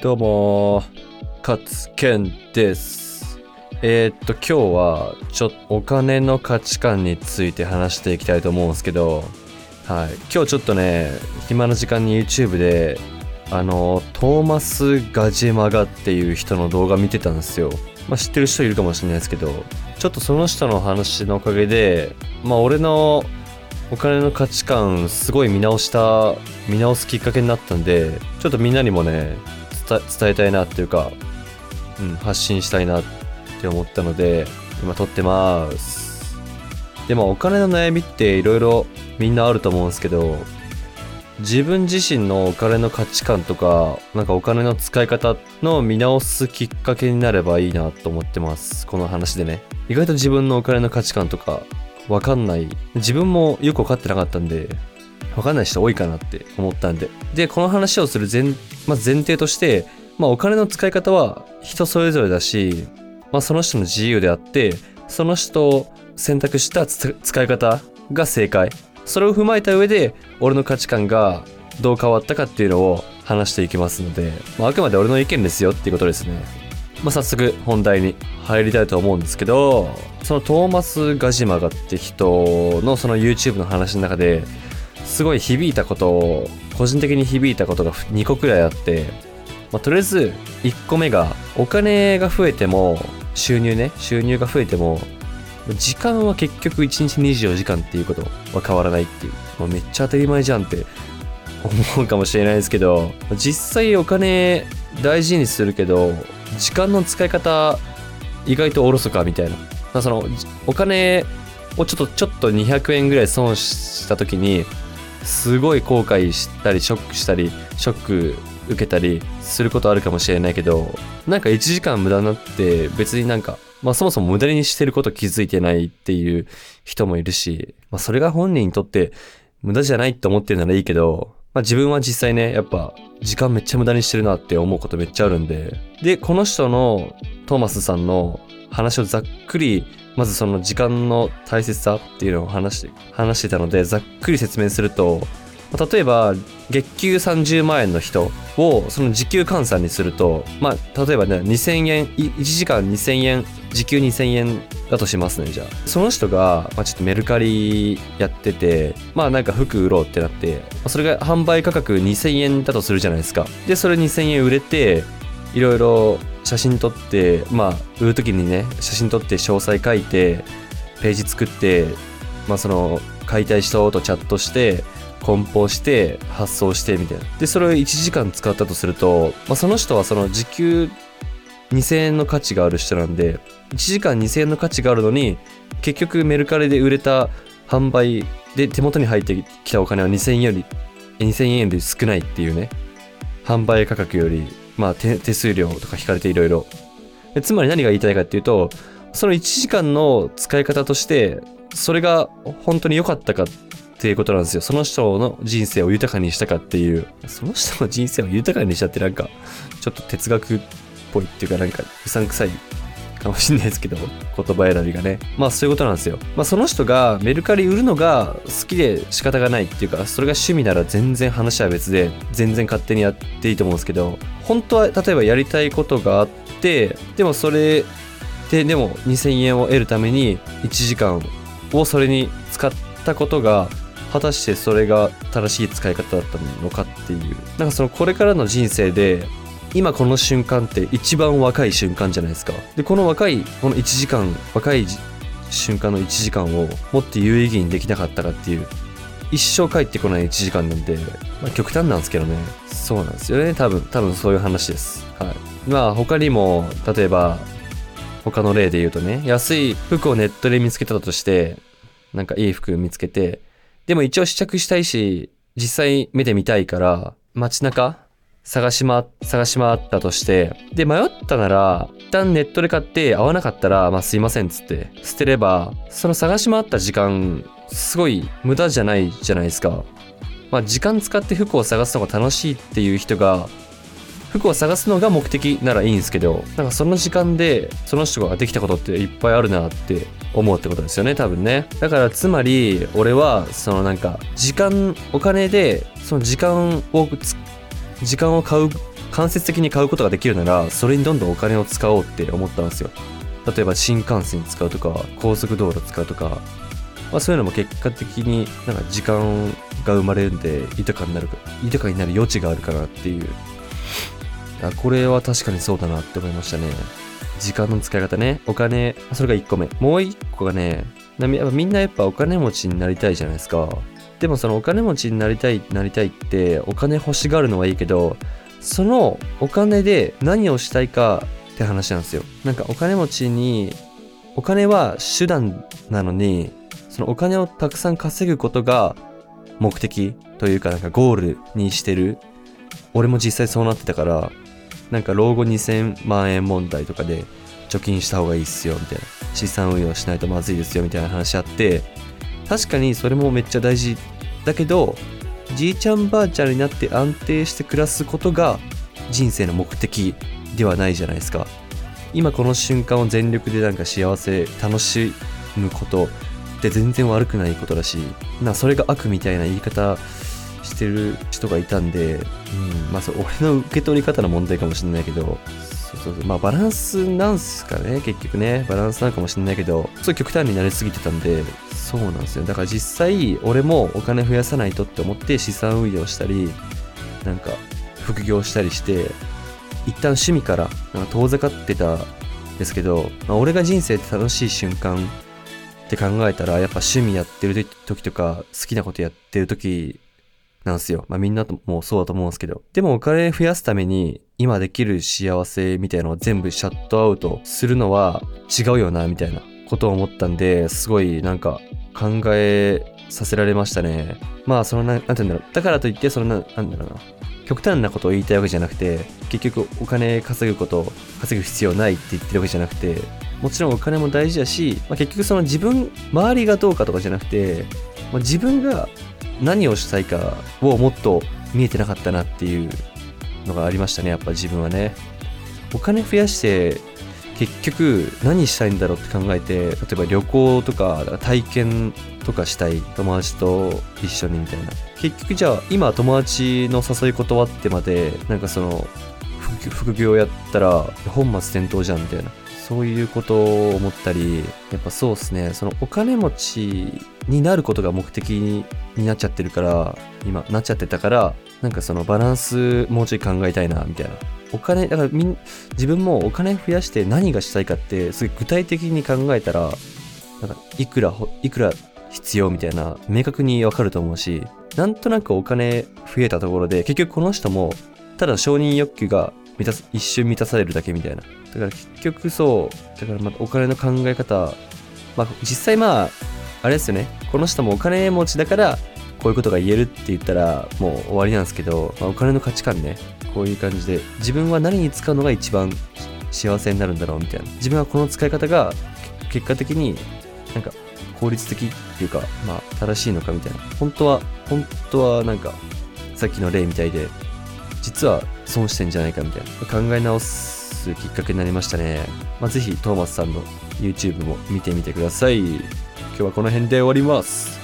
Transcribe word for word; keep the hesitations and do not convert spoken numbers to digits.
どうも勝健です。えー、っと今日はちょっとお金の価値観について話していきたいと思うんですけど、はい、今日ちょっとね暇な時間に YouTube であのトーマス・ガジマガっていう人の動画見てたんですよ。まあ知ってる人いるかもしれないですけど、ちょっとその人の話のおかげでまあ俺のお金の価値観すごい見直した見直すきっかけになったんで、ちょっとみんなにもね伝えたいなっていうか、うん、発信したいなって思ったので今撮ってます。でもお金の悩みっていろいろみんなあると思うんですけど、自分自身のお金の価値観とかなんかお金の使い方の見直すきっかけになればいいなと思ってます。この話でね、意外と自分のお金の価値観とかわかんない、自分もよく分かってなかったんでわかんない人多いかなって思ったんで、でこの話をする前、まず前提として、まあ、お金の使い方は人それぞれだし、まあ、その人の自由であって、その人選択した使い方が正解。それを踏まえた上で俺の価値観がどう変わったかっていうのを話していきますので、まあ、あくまで俺の意見ですよっていうことですね。まあ、早速本題に入りたいと思うんですけど、そのトーマス・ガジマガって人のその YouTube の話の中ですごい響いたことを、個人的に響いたことがにこくらいあって、まあ、とりあえずいっこめがお金が増えても収入ね収入が増えても時間は結局いちにちにじゅうよじかんっていうことは変わらないっていう、まあ、めっちゃ当たり前じゃんって思うかもしれないですけど、実際お金大事にするけど時間の使い方意外とおろそかみたいな、まあ、そのお金をちょっとちょっとにひゃくえんぐらい損した時にすごい後悔したりショックしたりショック受けたりすることあるかもしれないけど、なんかいちじかん無駄になって別になんかまあそもそも無駄にしてること気づいてないっていう人もいるし、まあそれが本人にとって無駄じゃないって思ってるならいいけど、まあ自分は実際ねやっぱ時間めっちゃ無駄にしてるなって思うことめっちゃあるんで、でこの人のトーマスさんの話をざっくりまずその時間の大切さっていうのを話して話してたのでざっくり説明すると、例えば月給さんじゅうまんえんの人をその時給換算にすると、まあ例えばねにせんえん、いちじかんにせんえん、時給にせんえんだとしますね。じゃあその人が、まあ、ちょっとメルカリやってて、まあなんか服売ろうってなって、それが販売価格にせんえんだとするじゃないですか。でそれにせんえん売れていろいろ写真撮って、まあ売る時にね写真撮って詳細書いてページ作って、まあその買いたい人とチャットして梱包して発送してみたいな。でそれをいちじかん使ったとすると、まあ、その人はその時給にせんえんの価値がある人なんで、いちじかんにせんえんの価値があるのに結局メルカリで売れた販売で手元に入ってきたお金はにせんえんよりにせんえんより少ないっていうね、販売価格よりまあ 手, 手数料とか引かれていろいろ。つまり何が言いたいかっていうと、そのいちじかんの使い方としてそれが本当に良かったかっていうことなんですよ。その人の人生を豊かにしたかっていう、その人の人生を豊かにしたってなんかちょっと哲学っぽいっていうかなんかうさんくさいかもしれないですけど、言葉選びがね、まあそういうことなんですよ。まあその人がメルカリ売るのが好きで仕方がないっていうか、それが趣味なら全然話は別で全然勝手にやっていいと思うんですけど、本当は例えばやりたいことがあって、でもそれででもにせんえんを得るためにいちじかんをそれに使ったことが果たしてそれが正しい使い方だったのかっていう、なんかそのこれからの人生で今この瞬間って一番若い瞬間じゃないですか。でこの若いこのいちじかん、若い瞬間のいちじかんをもっと有意義にできなかったかっていう、一生帰ってこないいちじかんなんで、まあ、極端なんですけどね。そうなんですよね。多分多分そういう話です。はい。まあ他にも例えば他の例で言うとね、安い服をネットで見つけたとして、なんかいい服見つけて、でも一応試着したいし実際目で見たいから街中探し回探し回ったとして、で迷ったなら一旦ネットで買って合わなかったらまあすいませんっつって捨てれば、その探し回った時間すごい無駄じゃないじゃないですか。まあ時間使って服を探すのが楽しいっていう人が服を探すのが目的ならいいんですけど、なんかその時間でその人ができたことっていっぱいあるなって思うってことですよね、多分ね。だからつまり俺はそのなんか時間お金でその時間を時間を買う間接的に買うことができるならそれにどんどんお金を使おうって思ったんですよ。例えば新幹線使うとか高速道路使うとか、まあ、そういうのも結果的になんか時間が生まれるんで豊かになる豊かになる余地があるかなっていう。あ、これは確かにそうだなって思いましたね。時間の使い方ね。お金、それがいっこめ。もういっこがね、なやっぱみんなやっぱお金持ちになりたいじゃないですか。でもそのお金持ちになりたいなりたいってお金欲しがるのはいいけど、そのお金で何をしたいかって話なんですよ。なんかお金持ちに、お金は手段なのに、そのお金をたくさん稼ぐことが目的というかなんかゴールにしてる。俺も実際そうなってたから、なんか老後にせんまんえん問題とかで貯金した方がいいっすよみたいな、資産運用しないとまずいですよみたいな話あって、確かにそれもめっちゃ大事だけど、じいちゃんばあちゃんになって安定して暮らすことが人生の目的ではないじゃないですか。今この瞬間を全力でなんか幸せ楽しむことって全然悪くないことだし、なそれが悪みたいな言い方してる人がいたんで、うん、まあそれ俺の受け取り方の問題かもしれないけど、そうそうそう、まあバランスなんすかね、結局ね、バランスなのかもしれないけど、そう極端になりすぎてたんで、そうなんですよ。だから実際俺もお金増やさないとって思って資産運用したり、なんか副業したりして、一旦趣味からなんか遠ざかってたんですけど、まあ、俺が人生って楽しい瞬間って考えたら、やっぱ趣味やってる時とか好きなことやってる時なんですよ。まあみんなともそうだと思うんですけど。でもお金増やすために今できる幸せみたいなのを全部シャットアウトするのは違うよなみたいなことを思ったんで、すごいなんか考えさせられましたね。まあそのな、なんて言うんだろう。だからといってそのな、なんだろうな。極端なことを言いたいわけじゃなくて、結局お金稼ぐこと、稼ぐ必要ないって言ってるわけじゃなくて、もちろんお金も大事だし、まあ、結局その自分、周りがどうかとかじゃなくて、まあ、自分が何をしたいかをもっと見えてなかったなっていうのがありましたね。やっぱ自分はね、お金増やして結局何したいんだろうって考えて、例えば旅行とか体験とかしたい、友達と一緒にみたいな。結局じゃあ今友達の誘い断ってまでなんかその副業やったら本末転倒じゃんみたいな、そういうことを思ったり、やっぱそうですね、そのお金持ちになることが目的になっちゃってるから、今なっちゃってたから、なんかそのバランスもうちょい考えたいなみたいな。お金だからみん自分もお金増やして何がしたいかってすごい具体的に考えたら、なんかいくらいくら必要みたいな明確にわかると思うし、なんとなくお金増えたところで結局この人もただ承認欲求が満たす一瞬満たされるだけみたいな。だから結局そうだからまあお金の考え方、まあ実際まああれですよね、この人もお金持ちだからこういうことが言えるって言ったらもう終わりなんですけど、まあ、お金の価値観ね、こういう感じで自分は何に使うのが一番幸せになるんだろうみたいな、自分はこの使い方が結果的になんか効率的っていうか、まあ正しいのかみたいな、本当は本当はなんかさっきの例みたいで実は損してんじゃないかみたいな考え直すきっかけになりましたね。まあ、ぜひトーマスさんの YouTube も見てみてください。今日はこの辺で終わります。